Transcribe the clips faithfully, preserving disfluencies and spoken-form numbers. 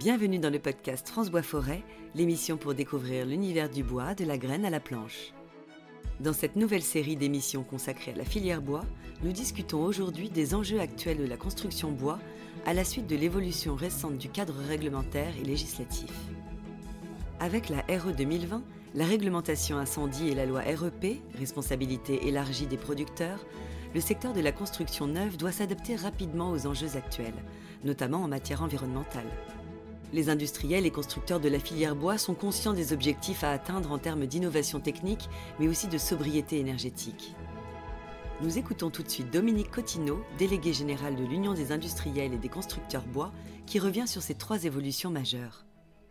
Bienvenue dans le podcast France Bois Forêt, l'émission pour découvrir l'univers du bois, de la graine à la planche. Dans cette nouvelle série d'émissions consacrée à la filière bois, nous discutons aujourd'hui des enjeux actuels de la construction bois à la suite de l'évolution récente du cadre réglementaire et législatif. Avec la R E deux mille vingt, la réglementation incendie et la loi R E P, responsabilité élargie des producteurs, le secteur de la construction neuve doit s'adapter rapidement aux enjeux actuels, notamment en matière environnementale. Les industriels et constructeurs de la filière bois sont conscients des objectifs à atteindre en termes d'innovation technique, mais aussi de sobriété énergétique. Nous écoutons tout de suite Dominique Cotineau, délégué général de l'Union des industriels et des constructeurs bois, qui revient sur ces trois évolutions majeures.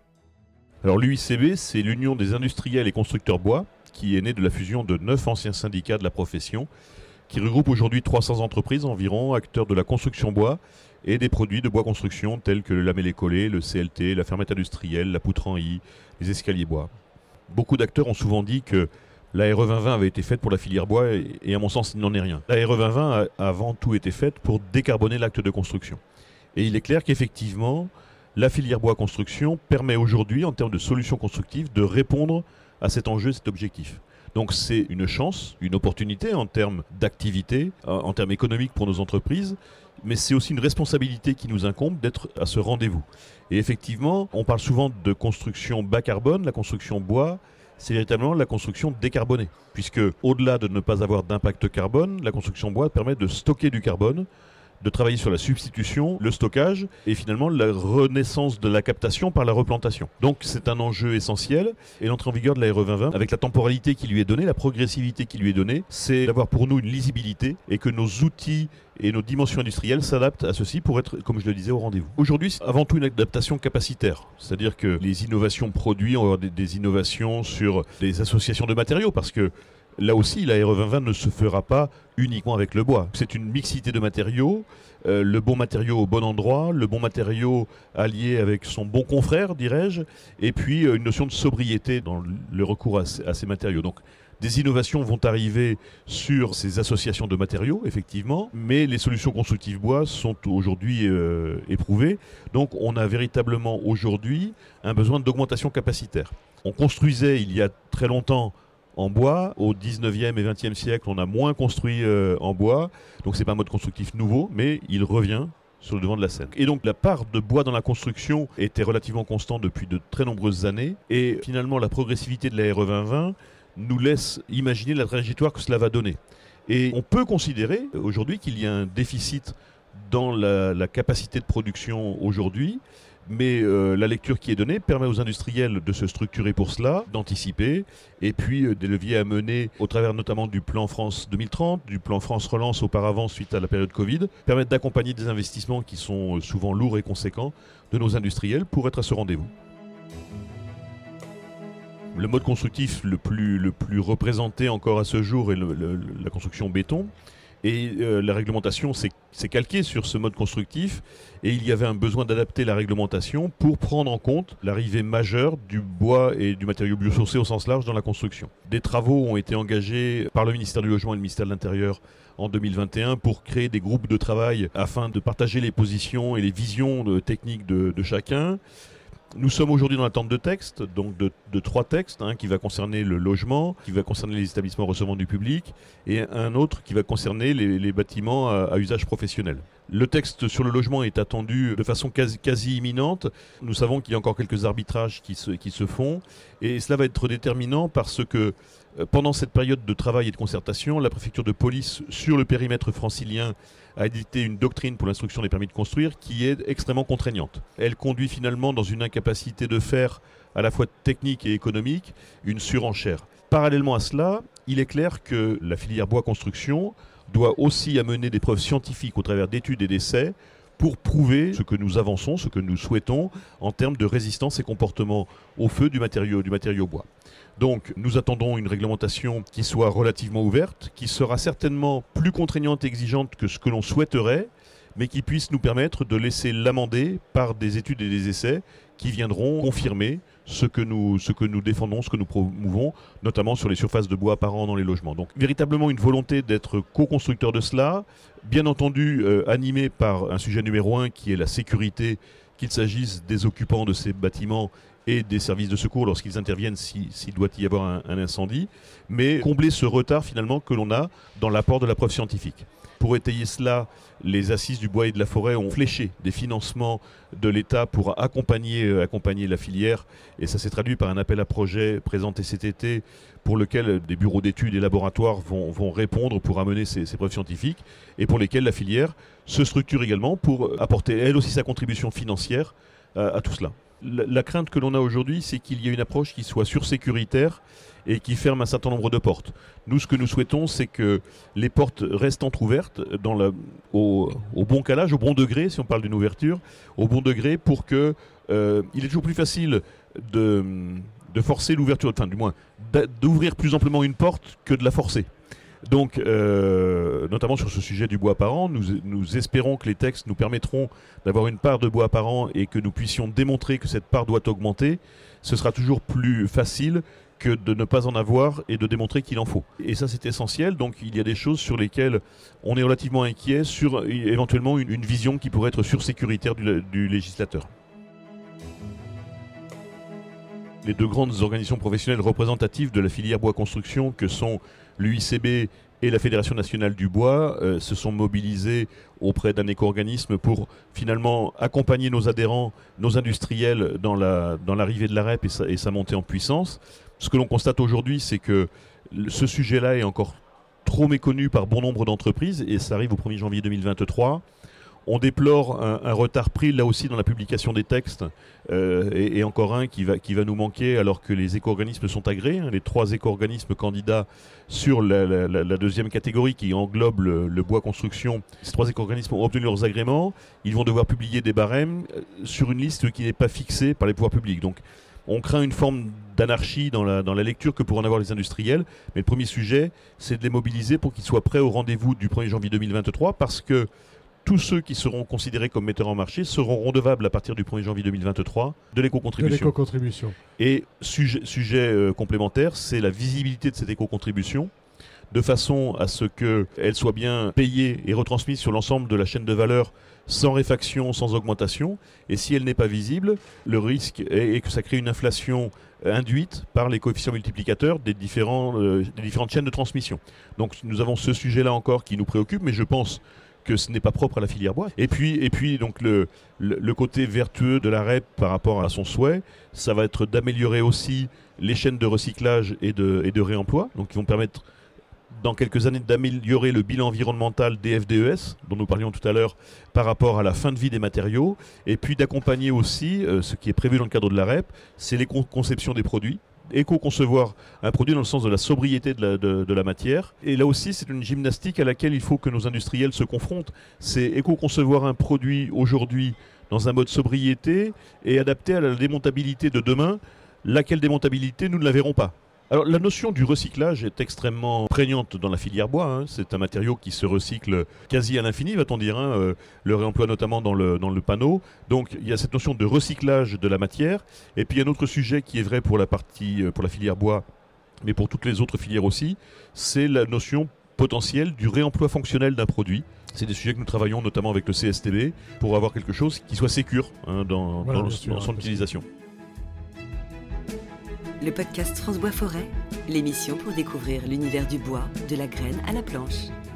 Alors l'U I C B, c'est l'Union des industriels et constructeurs bois, qui est née de la fusion de neuf anciens syndicats de la profession, qui regroupe aujourd'hui trois cents entreprises environ, acteurs de la construction bois et des produits de bois construction tels que le lamellé collé, le C L T, la fermette industrielle, la poutre en I, les escaliers bois. Beaucoup d'acteurs ont souvent dit que la R E vingt vingt avait été faite pour la filière bois et, et à mon sens, il n'en est rien. La R E vingt vingt a avant tout été faite pour décarboner l'acte de construction. Et il est clair qu'effectivement, la filière bois construction permet aujourd'hui, en termes de solutions constructives, de répondre à cet enjeu, cet objectif. Donc c'est une chance, une opportunité en termes d'activité, en termes économiques pour nos entreprises, mais c'est aussi une responsabilité qui nous incombe d'être à ce rendez-vous. Et effectivement, on parle souvent de construction bas carbone, la construction bois, c'est véritablement la construction décarbonée, puisque au-delà de ne pas avoir d'impact carbone, la construction bois permet de stocker du carbone, de travailler sur la substitution, le stockage et finalement la renaissance de la captation par la replantation. Donc c'est un enjeu essentiel et l'entrée en vigueur de la R E vingt vingt, avec la temporalité qui lui est donnée, la progressivité qui lui est donnée, c'est d'avoir pour nous une lisibilité et que nos outils et nos dimensions industrielles s'adaptent à ceci pour être, comme je le disais, au rendez-vous. Aujourd'hui, c'est avant tout une adaptation capacitaire, c'est-à-dire que les innovations produits, on va avoir des, des innovations sur les associations de matériaux parce que là aussi, la R E vingt vingt ne se fera pas uniquement avec le bois. C'est une mixité de matériaux, euh, le bon matériau au bon endroit, le bon matériau allié avec son bon confrère, dirais-je, et puis euh, une notion de sobriété dans le recours à, à ces matériaux. Donc, des innovations vont arriver sur ces associations de matériaux, effectivement, mais les solutions constructives bois sont aujourd'hui euh, éprouvées. Donc, on a véritablement aujourd'hui un besoin d'augmentation capacitaire. On construisait il y a très longtemps en bois. Au dix-neuvième et vingtième siècle, on a moins construit euh, en bois. Donc c'est pas un mode constructif nouveau, mais il revient sur le devant de la scène. Et donc la part de bois dans la construction était relativement constante depuis de très nombreuses années. Et finalement, la progressivité de la R E vingt vingt nous laisse imaginer la trajectoire que cela va donner. Et on peut considérer aujourd'hui qu'il y a un déficit dans la, la capacité de production aujourd'hui. Mais euh, la lecture qui est donnée permet aux industriels de se structurer pour cela, d'anticiper, et puis euh, des leviers à mener au travers notamment du plan France deux mille trente, du plan France Relance auparavant suite à la période Covid, permettent d'accompagner des investissements qui sont euh, souvent lourds et conséquents de nos industriels pour être à ce rendez-vous. Le mode constructif le plus, le plus représenté encore à ce jour est le, le, la construction béton. Et euh, la réglementation s'est, s'est calquée sur ce mode constructif et il y avait un besoin d'adapter la réglementation pour prendre en compte l'arrivée majeure du bois et du matériau biosourcé au sens large dans la construction. Des travaux ont été engagés par le ministère du Logement et le ministère de l'Intérieur en deux mille vingt et un pour créer des groupes de travail afin de partager les positions et les visions de, techniques de, de chacun. Nous sommes aujourd'hui dans l'attente de textes, donc de, de trois textes, un qui va concerner le logement, qui va concerner les établissements recevant du public, et un autre qui va concerner les, les bâtiments à, à usage professionnel. Le texte sur le logement est attendu de façon quasi, quasi imminente. Nous savons qu'il y a encore quelques arbitrages qui se, qui se font, et cela va être déterminant parce que pendant cette période de travail et de concertation, la préfecture de police sur le périmètre francilien a édité une doctrine pour l'instruction des permis de construire qui est extrêmement contraignante. Elle conduit finalement dans une incapacité de faire, à la fois technique et économique, une surenchère. Parallèlement à cela, il est clair que la filière bois construction doit aussi amener des preuves scientifiques au travers d'études et d'essais pour prouver ce que nous avançons, ce que nous souhaitons en termes de résistance et comportement au feu du matériau, du matériau bois. Donc nous attendons une réglementation qui soit relativement ouverte, qui sera certainement plus contraignante et exigeante que ce que l'on souhaiterait, mais qui puisse nous permettre de laisser l'amender par des études et des essais qui viendront confirmer ce que nous, ce que nous défendons, ce que nous promouvons, notamment sur les surfaces de bois apparents dans les logements. Donc véritablement une volonté d'être co-constructeur de cela, bien entendu euh, animé par un sujet numéro un qui est la sécurité, qu'il s'agisse des occupants de ces bâtiments et des services de secours lorsqu'ils interviennent si, s'il doit y avoir un, un incendie, mais combler ce retard finalement que l'on a dans l'apport de la preuve scientifique. Pour étayer cela, les assises du bois et de la forêt ont fléché des financements de l'État pour accompagner, euh, accompagner la filière, et ça s'est traduit par un appel à projet présenté cet été pour lequel des bureaux d'études et laboratoires vont, vont répondre pour amener ces, ces preuves scientifiques, et pour lesquels la filière se structure également pour apporter elle aussi sa contribution financière à, à tout cela. La, la crainte que l'on a aujourd'hui, c'est qu'il y ait une approche qui soit sursécuritaire et qui ferme un certain nombre de portes. Nous, ce que nous souhaitons, c'est que les portes restent entrouvertes dans la, au, au bon calage, au bon degré, si on parle d'une ouverture, au bon degré pour que euh, il est toujours plus facile de, de forcer l'ouverture, enfin du moins d'ouvrir plus amplement une porte que de la forcer. Donc, euh, notamment sur ce sujet du bois apparent, nous, nous espérons que les textes nous permettront d'avoir une part de bois apparent et que nous puissions démontrer que cette part doit augmenter. Ce sera toujours plus facile que de ne pas en avoir et de démontrer qu'il en faut. Et ça, c'est essentiel. Donc, il y a des choses sur lesquelles on est relativement inquiet sur éventuellement une, une vision qui pourrait être sursécuritaire du, du législateur. Les deux grandes organisations professionnelles représentatives de la filière bois construction, que sont l'U I C B et la Fédération nationale du bois, euh, se sont mobilisées auprès d'un éco-organisme pour finalement accompagner nos adhérents, nos industriels dans, la, dans l'arrivée de la R E P et sa, et sa montée en puissance. Ce que l'on constate aujourd'hui, c'est que ce sujet-là est encore trop méconnu par bon nombre d'entreprises, et ça arrive au premier janvier deux mille vingt-trois. On déplore un, un retard pris là aussi dans la publication des textes, euh, et, et encore un qui va, qui va nous manquer alors que les éco-organismes sont agréés, hein, les trois éco-organismes candidats sur la, la, la deuxième catégorie qui englobe le, le bois construction. Ces trois éco-organismes ont obtenu leurs agréments, ils vont devoir publier des barèmes sur une liste qui n'est pas fixée par les pouvoirs publics. Donc on craint une forme d'anarchie dans la, dans la lecture que pourront en avoir les industriels, mais le premier sujet, c'est de les mobiliser pour qu'ils soient prêts au rendez-vous du premier janvier deux mille vingt-trois, parce que tous ceux qui seront considérés comme metteurs en marché seront redevables à partir du premier janvier deux mille vingt-trois de l'éco-contribution. De l'éco-contribution. Et sujet, sujet euh, complémentaire, c'est la visibilité de cette éco-contribution, de façon à ce qu'elle soit bien payée et retransmise sur l'ensemble de la chaîne de valeur sans réfaction, sans augmentation. Et si elle n'est pas visible, le risque est, est que ça crée une inflation induite par les coefficients multiplicateurs des, différents, euh, des différentes chaînes de transmission. Donc nous avons ce sujet-là encore qui nous préoccupe, mais je pense que ce n'est pas propre à la filière bois. Et puis, et puis donc le, le, le côté vertueux de la R E P par rapport à son souhait, ça va être d'améliorer aussi les chaînes de recyclage et de, et de réemploi, donc qui vont permettre dans quelques années d'améliorer le bilan environnemental des F D E S, dont nous parlions tout à l'heure, par rapport à la fin de vie des matériaux, et puis d'accompagner aussi, euh, ce qui est prévu dans le cadre de la R E P, c'est les con- conceptions des produits. Éco-concevoir un produit dans le sens de la sobriété de la, de, de la matière. Et là aussi, c'est une gymnastique à laquelle il faut que nos industriels se confrontent. C'est éco-concevoir un produit aujourd'hui dans un mode sobriété et adapté à la démontabilité de demain, laquelle démontabilité, nous ne la verrons pas. Alors la notion du recyclage est extrêmement prégnante dans la filière bois, hein. C'est un matériau qui se recycle quasi à l'infini, va-t-on dire, hein. euh, le réemploi notamment dans le, dans le panneau. Donc il y a cette notion de recyclage de la matière. Et puis il y a un autre sujet qui est vrai pour la partie, pour la filière bois, mais pour toutes les autres filières aussi, c'est la notion potentielle du réemploi fonctionnel d'un produit. C'est des sujets que nous travaillons notamment avec le C S T B pour avoir quelque chose qui soit sécure, hein, dans, voilà, dans, sûr, dans son utilisation. Le podcast France Bois Forêt, l'émission pour découvrir l'univers du bois, de la graine à la planche.